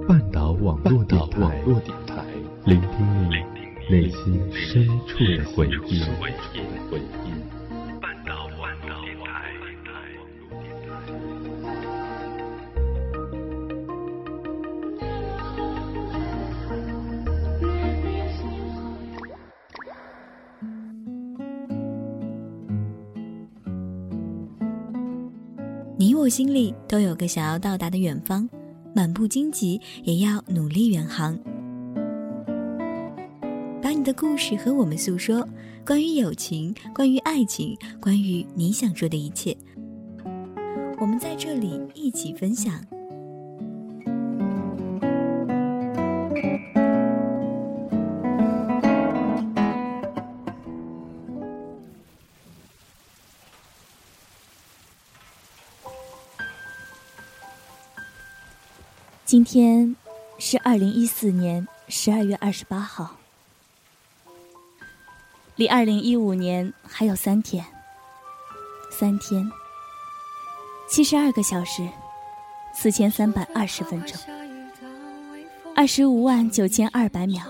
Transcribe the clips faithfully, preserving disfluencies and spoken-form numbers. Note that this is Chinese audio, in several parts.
半岛网络电台，聆听你内心深处的回忆。半岛网络电台。 你我心里都有个想要到达的远方，满不荆棘也要努力远航。把你的故事和我们诉说，关于友情，关于爱情，关于你想说的一切，我们在这里一起分享。今天是二零一四年十二月二十八号，离二零一五年还有三天，三天，七十二个小时，四千三百二十分钟，二十五万九千二百秒。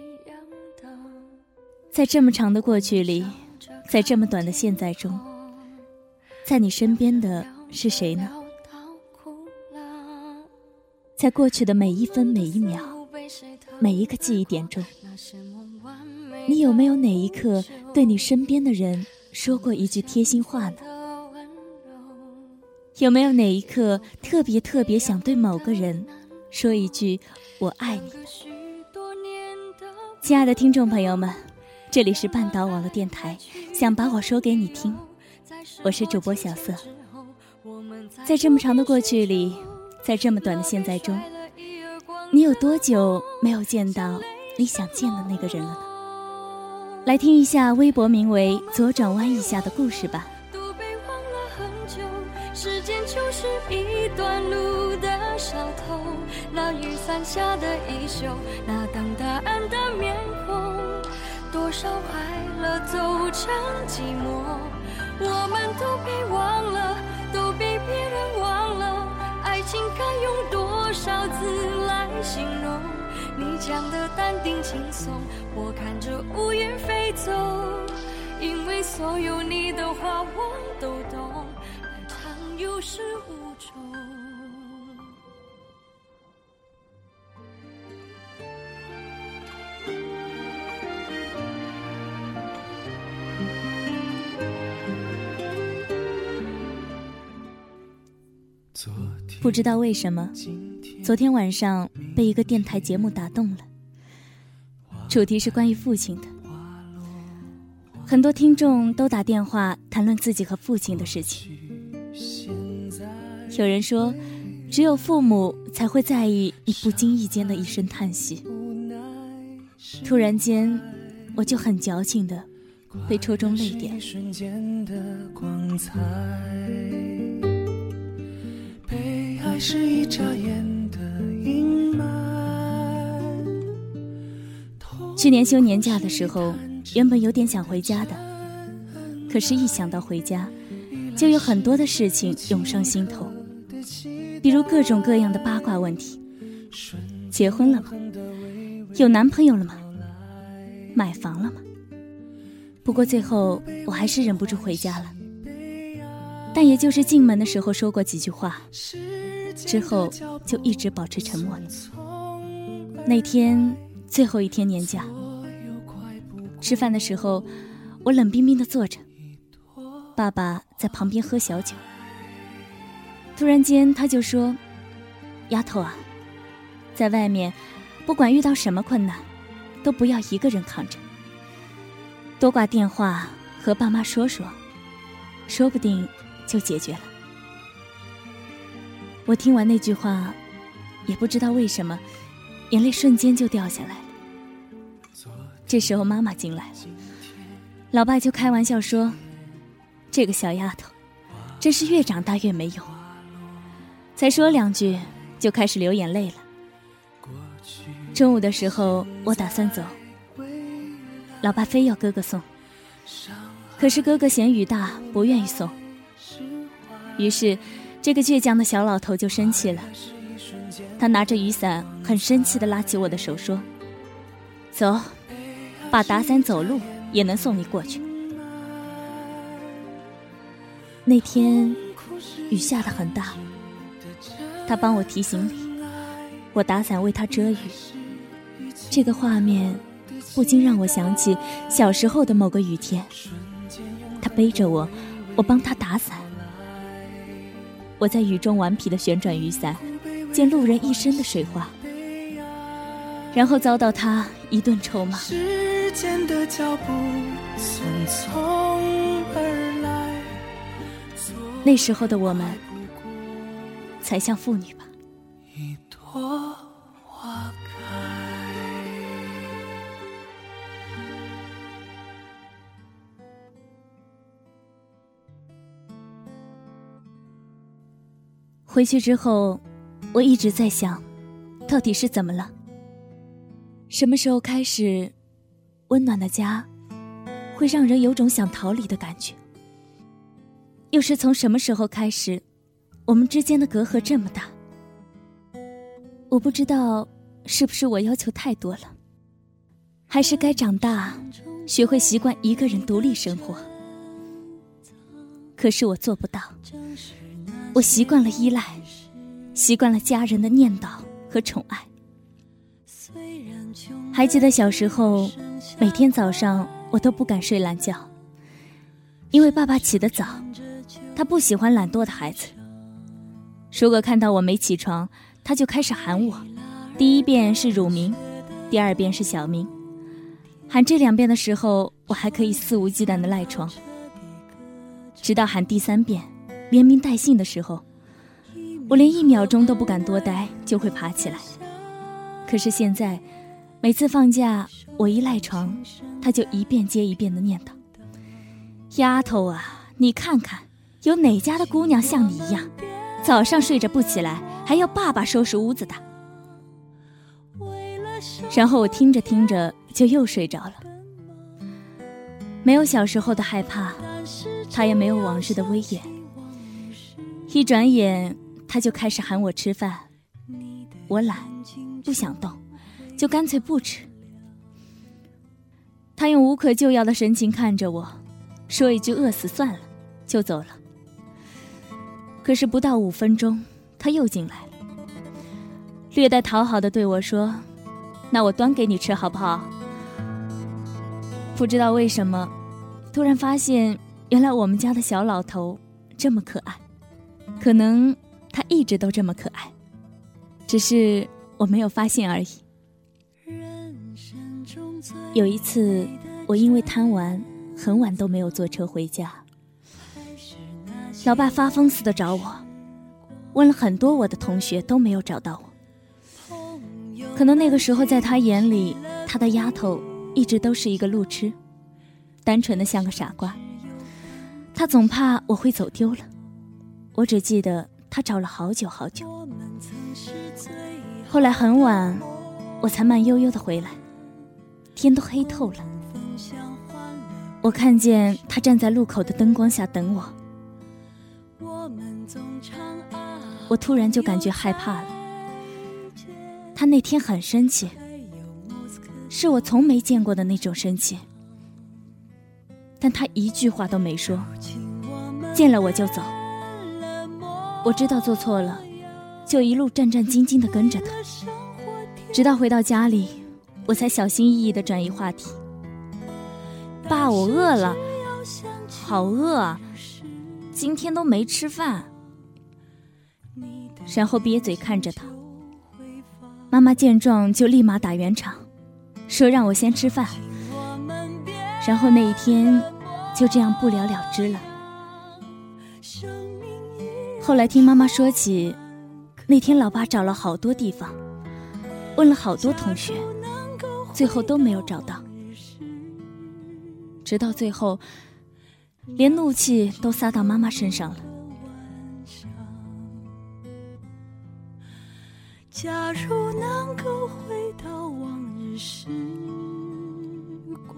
在这么长的过去里，在这么短的现在中，在你身边的是谁呢？在过去的每一分每一秒，每一个记忆点中，你有没有哪一刻对你身边的人说过一句贴心话呢？有没有哪一刻特别特别想对某个人说一句我爱你呢？亲爱的听众朋友们，这里是半岛网络电台，想把我说给你听，我是主播小色。在这么长的过去里，在这么短的现在中，你有多久没有见到你想见的那个人了呢？来听一下微博名为左转弯一下的故事吧。 都被忘了很久，时间就是一段路的小偷，那雨伞下的衣袖，那等答案的面孔，多少快乐走成寂寞，我们都被忘了，都被别人忘了，爱情该用多少字来形容？你讲的淡定轻松，我看着乌云飞走，因为所有你的话我都懂，爱常有始无终。 不知道为什么，昨天晚上被一个电台节目打动了，主题是关于父亲的。很多听众都打电话谈论自己和父亲的事情。有人说，只有父母才会在意你不经意间的一声叹息。突然间，我就很矫情的被戳中泪点。 是一眨眼的阴霾。 去年休年假的时候，原本有点想回家的，可是一想到回家，就有很多的事情涌上心头，比如各种各样的八卦问题：结婚了吗？有男朋友了吗？买房了吗？不过最后我还是忍不住回家了，但也就是进门的时候说过几句话，之后就一直保持沉默了。那天最后一天年假，吃饭的时候我冷冰冰地坐着，爸爸在旁边喝小酒。突然间他就说，丫头啊，在外面不管遇到什么困难，都不要一个人扛着，多挂电话和爸妈说说，说不定就解决了。我听完那句话，也不知道为什么，眼泪瞬间就掉下来了。这时候妈妈进来了，老爸就开玩笑说，这个小丫头真是越长大越没用。才说两句就开始流眼泪了。中午的时候我打算走，老爸非要哥哥送，可是哥哥嫌雨大不愿意送，于是这个倔强的小老头就生气了， 他拿着雨伞很生气地拉起我的手说，走，爸打伞走路也能送你过去。那天雨下得很大，他帮我提行李，我打伞为他遮雨。这个画面不禁让我想起小时候的某个雨天，他背着我，我帮他打伞。我在雨中顽皮地旋转雨伞，溅路人一身的水花，然后遭到他一顿臭骂。 时间的脚步匆匆而来， 那时候的我们才像父女吧。 一朵花开。 回去之后，我一直在想，到底是怎么了？什么时候开始，温暖的家会让人有种想逃离的感觉？又是从什么时候开始，我们之间的隔阂这么大？我不知道是不是我要求太多了，还是该长大，学会习惯一个人独立生活。可是我做不到，我习惯了依赖，习惯了家人的念叨和宠爱。还记得小时候，每天早上我都不敢睡懒觉，因为爸爸起得早，他不喜欢懒惰的孩子。如果看到我没起床，他就开始喊我，第一遍是乳名，第二遍是小名。喊这两遍的时候，我还可以肆无忌惮地赖床，直到喊第三遍连名带姓的时候，我连一秒钟都不敢多待，就会爬起来。可是现在每次放假，我一赖床，他就一遍接一遍地念叨，丫头啊，你看看有哪家的姑娘像你一样，早上睡着不起来，还要爸爸收拾屋子的。然后我听着听着就又睡着了。没有小时候的害怕，他也没有往日的威严。一转眼他就开始喊我吃饭，我懒，不想动，就干脆不吃。他用无可救药的神情看着我，说一句饿死算了，就走了。可是不到五分钟，他又进来了，略带讨好的对我说，那我端给你吃好不好？不知道为什么，突然发现原来我们家的小老头这么可爱，可能他一直都这么可爱，只是我没有发现而已。有一次我因为贪玩，很晚都没有坐车回家，老爸发疯似的找我，问了很多我的同学都没有找到我。可能那个时候在他眼里，他的丫头一直都是一个路痴，单纯的像个傻瓜。他总怕我会走丢了，我只记得他找了好久好久。后来很晚，我才慢悠悠的回来，天都黑透了。我看见他站在路口的灯光下等我，我突然就感觉害怕了。他那天很生气，是我从没见过的那种生气，但他一句话都没说，见了我就走。我知道做错了，就一路战战兢兢地跟着他，直到回到家里，我才小心翼翼地转移话题。爸，我饿了，好饿啊，今天都没吃饭。然后憋嘴看着他。妈妈见状就立马打圆场，说让我先吃饭。然后那一天就这样不了了之了。后来听妈妈说起，那天老爸找了好多地方，问了好多同学，最后都没有找到。直到最后，连怒气都撒到妈妈身上了。 假如能够回到往日时光，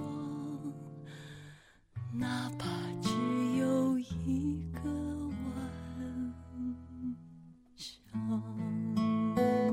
哪怕只有一个晚上。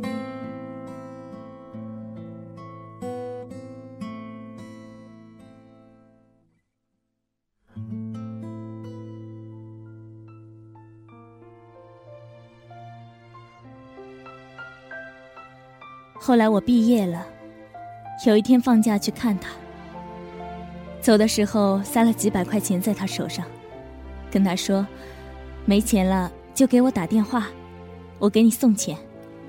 后来我毕业了，有一天放假去看他，走的时候塞了几百块钱在他手上，跟他说没钱了就给我打电话，我给你送钱。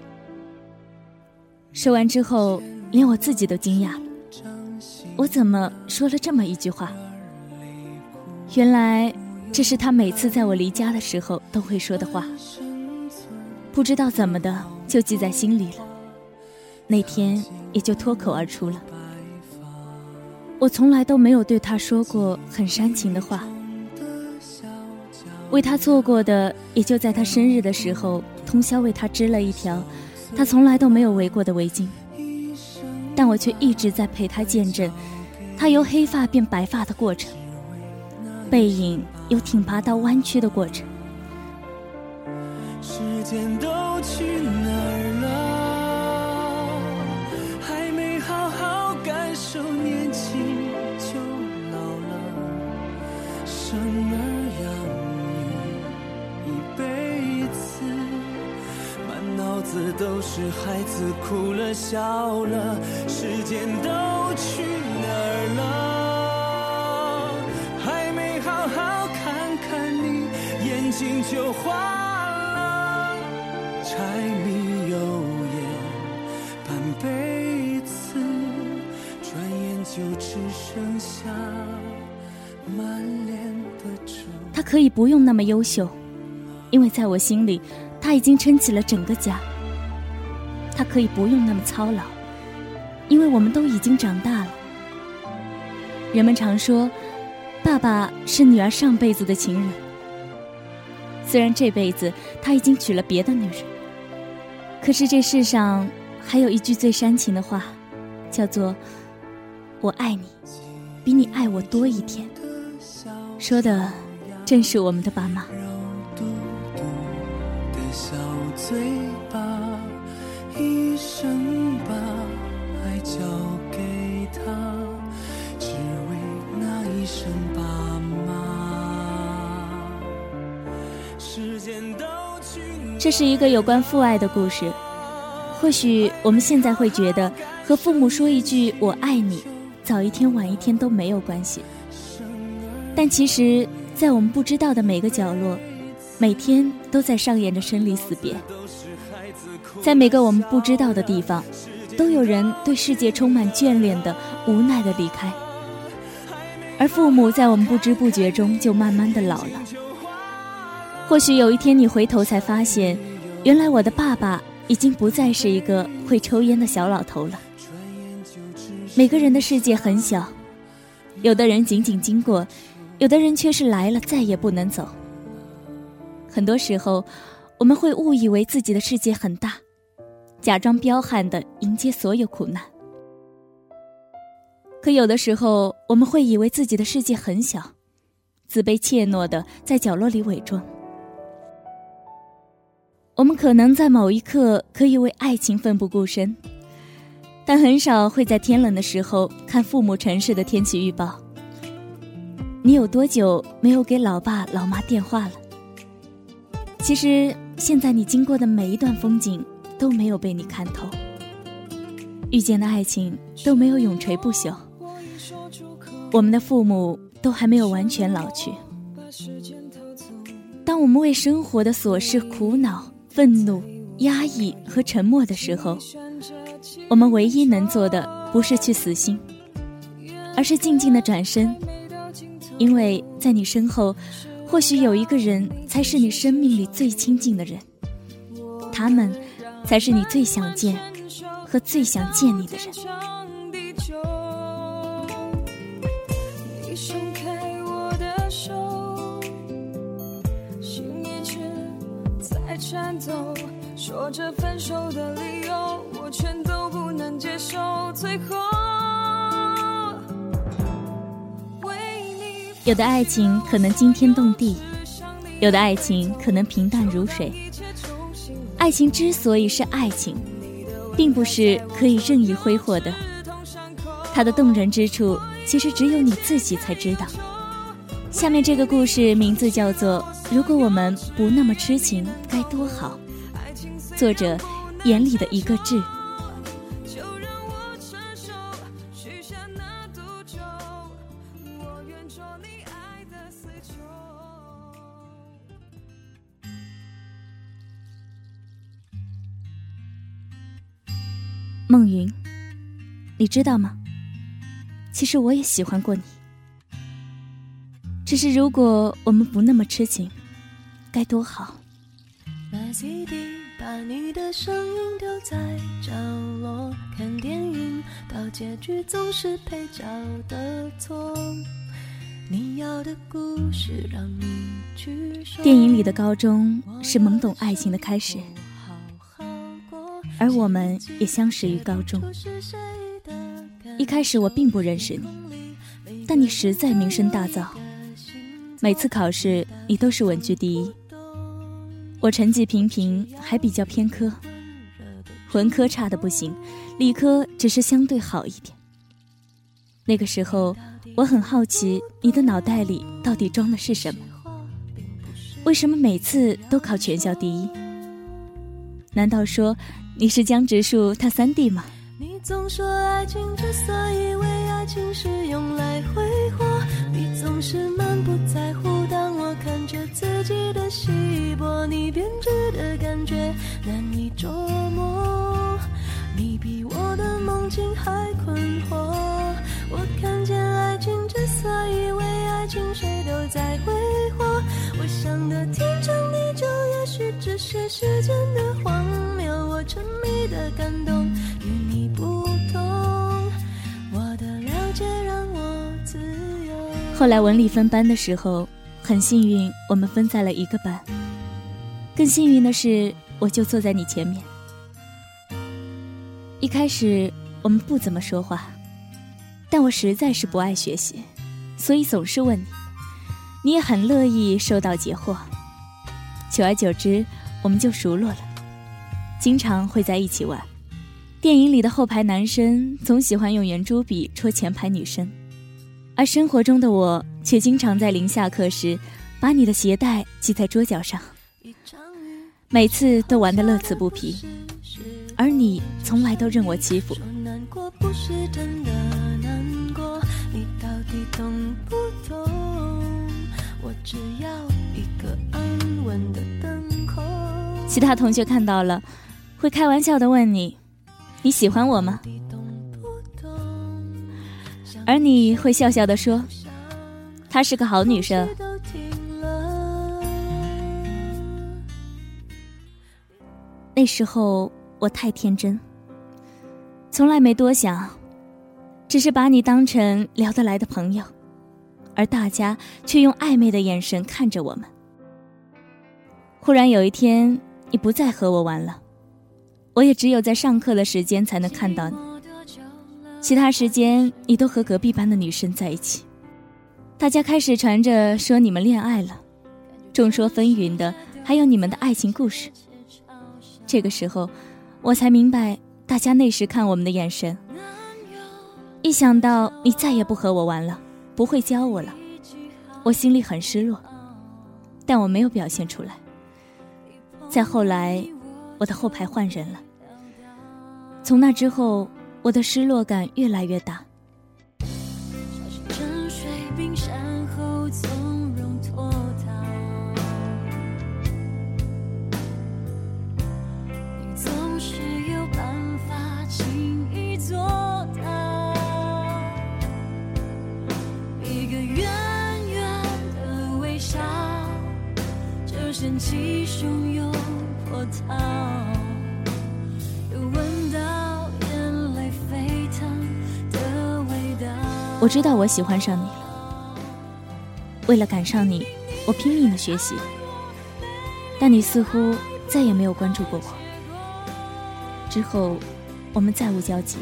说完之后连我自己都惊讶了，我怎么说了这么一句话？原来这是他每次在我离家的时候都会说的话，不知道怎么的就记在心里了，那天也就脱口而出了。我从来都没有对他说过很煽情的话，为他做过的也就在他生日的时候通宵为他织了一条他从来都没有围过的围巾，但我却一直在陪他见证他由黑发变白发的过程，背影由挺拔到弯曲的过程。 时间都去哪儿了？还没好好感受年轻就老了，生儿养女一辈子，满脑子都是孩子哭了笑了，时间都去哪儿了？还没好好看看你，眼睛就花了，柴米油盐半辈子，转眼就只剩下满脸的皱。 他可以不用那么优秀，因为在我心里他已经撑起了整个家。他可以不用那么操劳，因为我们都已经长大了。人们常说爸爸是女儿上辈子的情人，虽然这辈子他已经娶了别的女人，可是这世上还有一句最煽情的话，叫做我爱你比你爱我多一天，说的正是我们的爸妈。 嘟嘟的小嘴巴，一生把爱交给他，只为那一声爸妈。时间都去哪儿， 这是一个有关父爱的故事。或许我们现在会觉得和父母说一句我爱你早一天晚一天都没有关系，但其实在我们不知道的每个角落，每天都在上演着生离死别。在每个我们不知道的地方，都有人对世界充满眷恋的无奈的离开，而父母在我们不知不觉中就慢慢的老了。或许有一天你回头才发现，原来我的爸爸已经不再是一个会抽烟的小老头了。每个人的世界很小，有的人仅仅经过，有的人却是来了再也不能走。很多时候我们会误以为自己的世界很大，假装彪悍地迎接所有苦难。可有的时候我们会以为自己的世界很小，自卑怯懦地在角落里伪装。我们可能在某一刻可以为爱情奋不顾身，但很少会在天冷的时候看父母城市的天气预报。你有多久没有给老爸老妈电话了？其实现在你经过的每一段风景都没有被你看透，遇见的爱情都没有永垂不朽，我们的父母都还没有完全老去。当我们为生活的琐事苦恼、愤怒、压抑和沉默的时候，我们唯一能做的不是去死心，而是静静地转身，因为在你身后或许有一个人才是你生命里最亲近的人，他们才是你最想见和最想见你的人。 你松开我的手，心一直在颤抖，说着分手的理由，我全都不能接受。最后有的爱情可能惊天动地，有的爱情可能平淡如水。爱情之所以是爱情，并不是可以任意挥霍的，它的动人之处其实只有你自己才知道。下面这个故事名字叫做《如果我们不那么痴情该多好》，作者眼里的一个痣。 孟云，你知道吗？其实我也喜欢过你，只是如果我们不那么痴情，该多好。 买 C D， 把你的声音丢在角落，看电影到结局总是配角的错。你要的故事让你去说。 电影里的高中是懵懂爱情的开始，而我们也相识于高中。一开始我并不认识你，但你实在名声大噪，每次考试你都是稳居第一。我成绩平平，还比较偏科，文科差的不行，理科只是相对好一点。那个时候我很好奇你的脑袋里到底装的是什么，为什么每次都考全校第一？难道说你是江直树他三弟吗？ 你总说爱情之所以为爱情是用来挥霍，你总是满不在乎，当我看着自己的稀薄，你编织的感觉难以捉摸，你比我的梦境还困惑。我看见爱情之所以为爱情谁都在挥霍，我想的天长地久也许只是时间的荒谬，我沉迷的感动与你不同，我的了解让我自由。 后来文理分班的时候，很幸运我们分在了一个班，更幸运的是我就坐在你前面。一开始我们不怎么说话，但我实在是不爱学习，所以总是问你，你也很乐意受到解惑。久而久之我们就熟络了，经常会在一起玩。电影里的后排男生总喜欢用圆珠笔戳前排女生，而生活中的我却经常在临下课时把你的鞋带系在桌角上，每次都玩得乐此不疲，而你从来都任我欺负。 难过不是真的难过，你到底懂不懂？我只要一个安稳的灯空。 其他同学看到了，会开玩笑地问你，你喜欢我吗？而你会笑笑地说，她是个好女生。那时候我太天真，从来没多想，只是把你当成聊得来的朋友，而大家却用暧昧的眼神看着我们。忽然有一天你不再和我玩了，我也只有在上课的时间才能看到你，其他时间你都和隔壁班的女生在一起。大家开始传着说你们恋爱了，众说纷纭的还有你们的爱情故事。这个时候我才明白大家那时看我们的眼神，一想到你再也不和我玩了，不会教我了，我心里很失落，但我没有表现出来。再后来我的后排换人了，从那之后我的失落感越来越大。 沉睡冰山后从容脱逃，你总是有办法轻易做到，一个圆圆的微笑就掀起汹涌波涛，又闻到眼泪沸腾的味道。 我知道我喜欢上你了，为了赶上你，我拼命的学习，但你似乎再也没有关注过我。之后我们再无交集。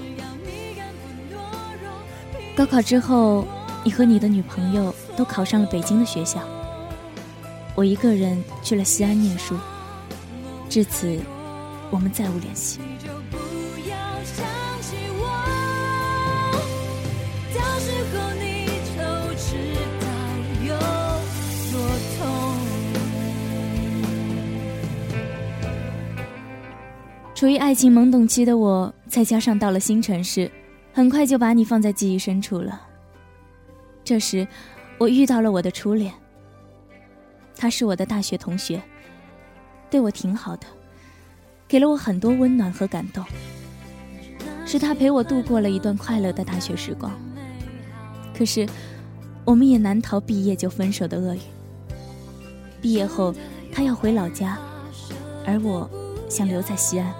高考之后，你和你的女朋友都考上了北京的学校，我一个人去了西安念书，至此我们再无联系。处于爱情懵懂期的我，再加上到了新城市，很快就把你放在记忆深处了。这时我遇到了我的初恋，他是我的大学同学，对我挺好的，给了我很多温暖和感动。 是他陪我度过了一段快乐的大学时光。可是我们也难逃毕业就分手的厄运。毕业后他要回老家，而我想留在西安。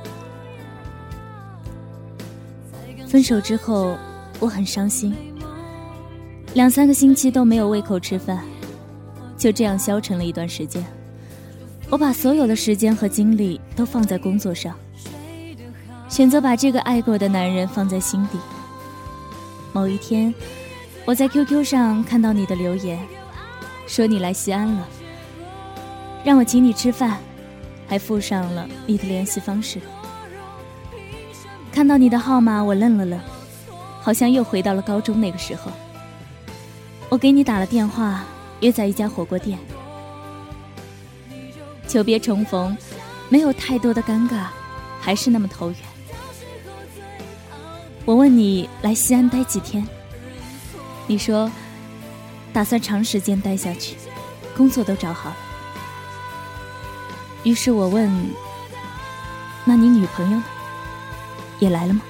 分手之后我很伤心，两三个星期都没有胃口吃饭，就这样消沉了一段时间。我把所有的时间和精力都放在工作上，选择把这个爱过的男人放在心底。某一天我在 Q Q 上看到你的留言，说你来西安了，让我请你吃饭，还附上了你的联系方式。看到你的号码我愣了愣，好像又回到了高中那个时候。我给你打了电话，约在一家火锅店。久别重逢，没有太多的尴尬，还是那么投缘。我问你来西安待几天，你说打算长时间待下去，工作都找好了。于是我问，那你女朋友呢？也来了吗？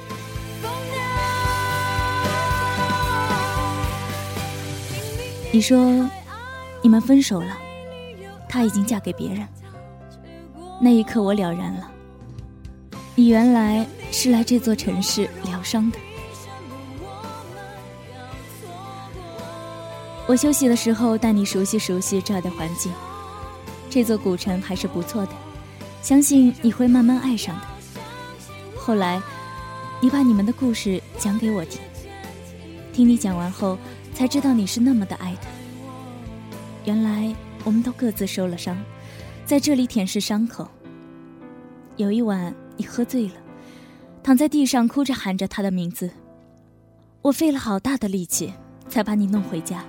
你说你们分手了，她已经嫁给别人。那一刻我了然了，你原来是来这座城市疗伤的。我休息的时候带你熟悉熟悉这儿的环境，这座古城还是不错的，相信你会慢慢爱上的。后来你把你们的故事讲给我听，听你讲完后才知道你是那么的爱他。原来我们都各自受了伤，在这里舔舐伤口。有一晚你喝醉了，躺在地上哭着喊着他的名字，我费了好大的力气才把你弄回家。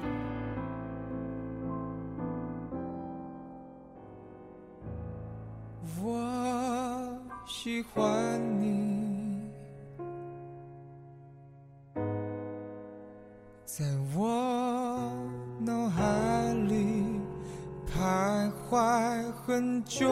我喜欢你，在我脑海里徘徊很久。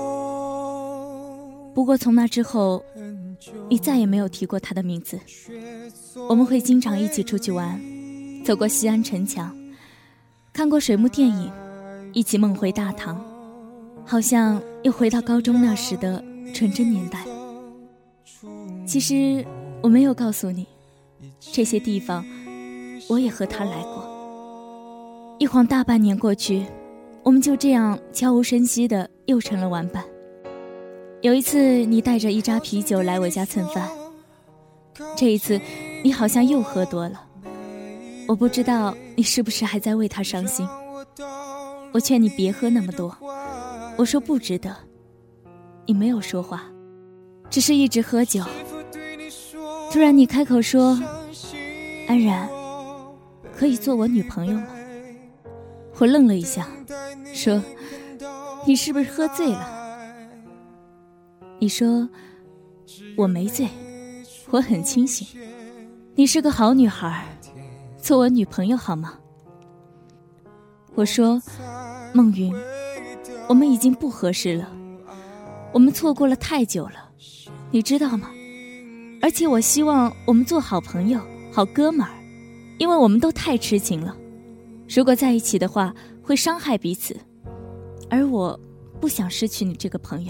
不过从那之后你再也没有提过他的名字。我们会经常一起出去玩，走过西安城墙，看过水幕电影，一起梦回大唐，好像又回到高中那时的纯真年代。其实我没有告诉你，这些地方我也和他来过。一晃大半年过去，我们就这样悄无声息的又成了玩伴。有一次你带着一扎啤酒来我家蹭饭，这一次你好像又喝多了，我不知道你是不是还在为他伤心。我劝你别喝那么多，我说不值得，你没有说话，只是一直喝酒。突然你开口说，安然，可以做我女朋友吗？我愣了一下，说，你是不是喝醉了？你说，我没醉，我很清醒。你是个好女孩，做我女朋友好吗？我说，梦云，我们已经不合适了，我们错过了太久了，你知道吗？而且我希望我们做好朋友，好哥们儿，因为我们都太痴情了，如果在一起的话会伤害彼此，而我不想失去你这个朋友。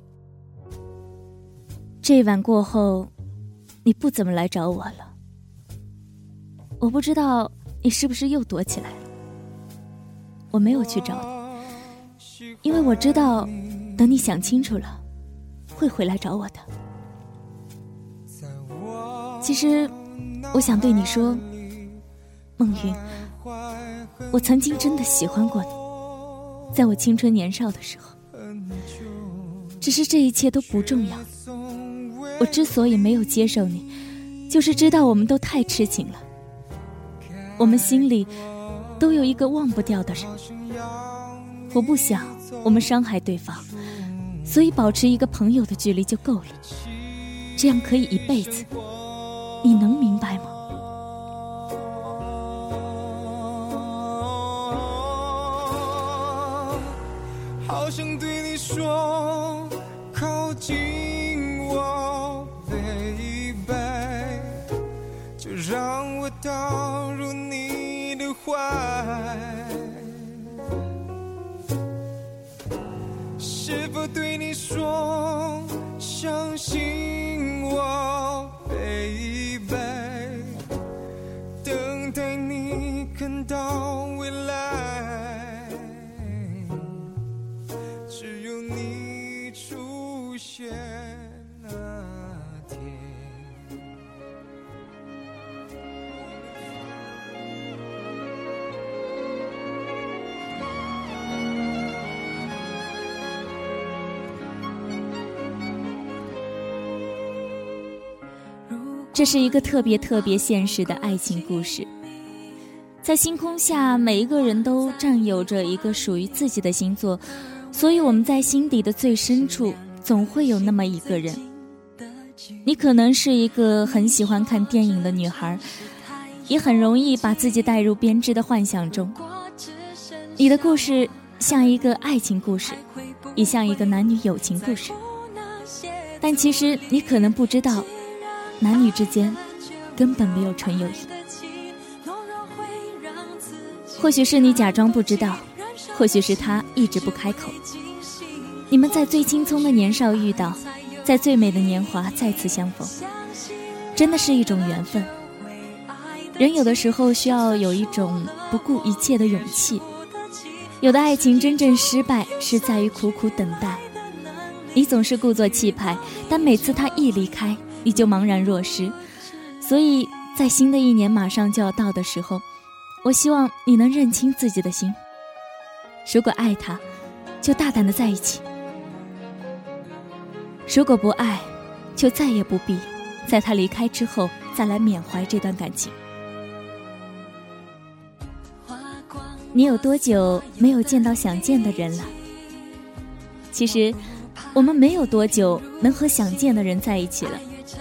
这一晚过后，你不怎么来找我了，我不知道你是不是又躲起来了。我没有去找你，因为我知道等你想清楚了会回来找我的。其实我想对你说，梦云，我曾经真的喜欢过你，在我青春年少的时候，只是这一切都不重要。我之所以没有接受你，就是知道我们都太痴情了，我们心里都有一个忘不掉的人。我不想我们伤害对方，所以保持一个朋友的距离就够了，这样可以一辈子。你能明白吗？ 好想对你说，靠近我 baby， 倒入你的怀，是否对你说相信我 baby， 等待你看到未来，只有你出现那天。 这是一个特别特别现实的爱情故事。在星空下，每一个人都占有着一个属于自己的星座，所以我们在心底的最深处总会有那么一个人。你可能是一个很喜欢看电影的女孩，也很容易把自己带入编织的幻想中。你的故事像一个爱情故事，也像一个男女友情故事，但其实你可能不知道，男女之间根本没有纯友谊。或许是你假装不知道，或许是他一直不开口。你们在最青葱的年少遇到，在最美的年华再次相逢，真的是一种缘分。人有的时候需要有一种不顾一切的勇气。有的爱情真正失败是在于苦苦等待。你总是故作气派，但每次他一离开，你就茫然若失。所以在新的一年马上就要到的时候，我希望你能认清自己的心。如果爱他，就大胆的在一起；如果不爱，就再也不必在他离开之后再来缅怀这段感情。你有多久没有见到想见的人了？其实我们没有多久能和想见的人在一起了。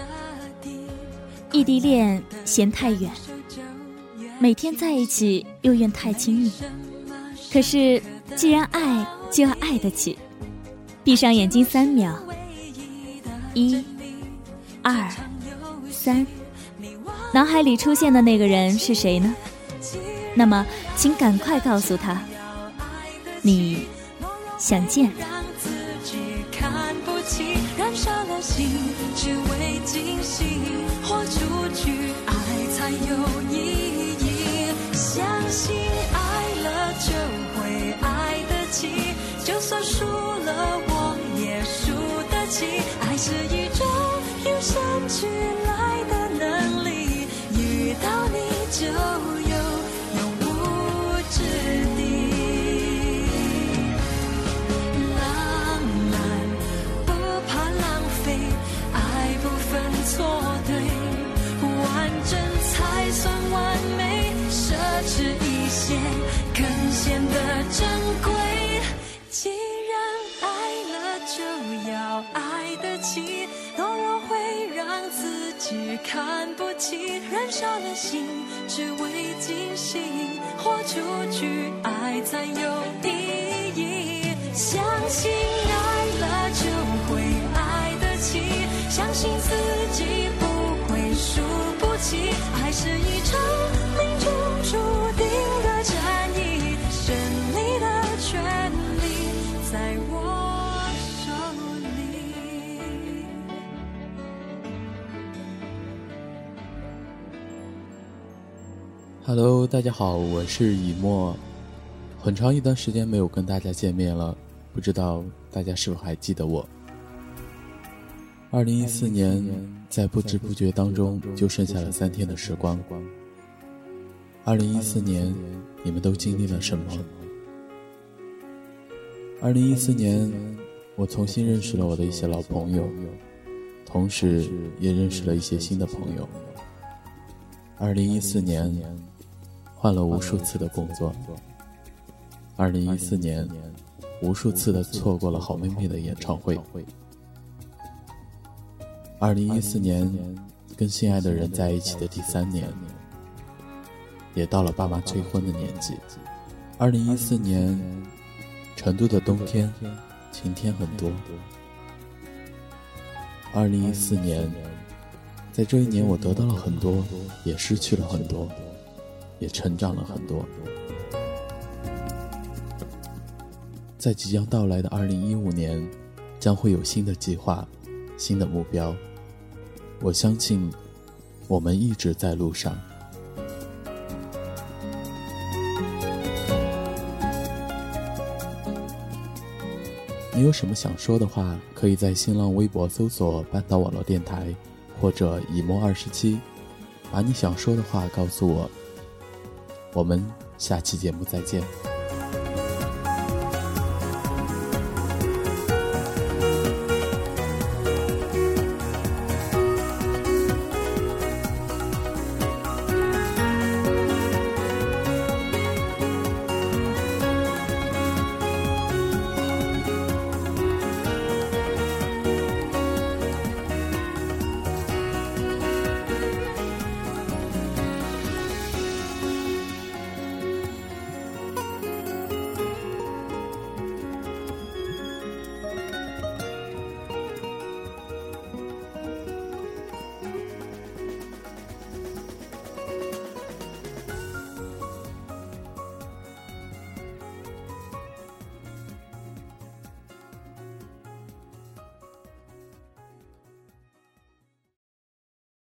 异地恋嫌太远，每天在一起又怨太亲密。可是既然爱，就要爱得起。闭上眼睛三秒，一、二、三，脑海里出现的那个人是谁呢？那么请赶快告诉他，你想见他。 燃烧了心，只为惊喜，豁出去，爱才有意义。相信爱了就会爱得起，就算输了我也输得起。爱是一种与生俱来的能力，遇到你就有永无止境。错对，完整才算完美，奢侈一些更显得珍贵。既然爱了就要爱得起，懦弱会让自己看不起，燃烧了心只为惊喜，豁出去爱才有意义。相信爱了就会爱得起，相信自己不会输不起，爱是一场命中注定的战役，胜利的权利在我手里。 Hello， 大家好，我是以沫。很长一段时间没有跟大家见面了，不知道大家是否还记得我。二零一四年在不知不觉当中就剩下了三天的时光。二零一四年你们都经历了什么？二零一四年我重新认识了我的一些老朋友，同时也认识了一些新的朋友。二零一四年换了无数次的工作。二零一四年无数次的错过了好妹妹的演唱会。二零一四年跟心爱的人在一起的第三年，也到了爸妈催婚的年纪。二零一四年成都的冬天晴天很多。二零一四年在这一年，我得到了很多，也失去了很多，也成长了很多。在即将到来的二零一五年，将会有新的计划，新的目标。我相信，我们一直在路上。你有什么想说的话，可以在新浪微博搜索半岛网络电台，或者以沫二十七，把你想说的话告诉我。我们下期节目再见。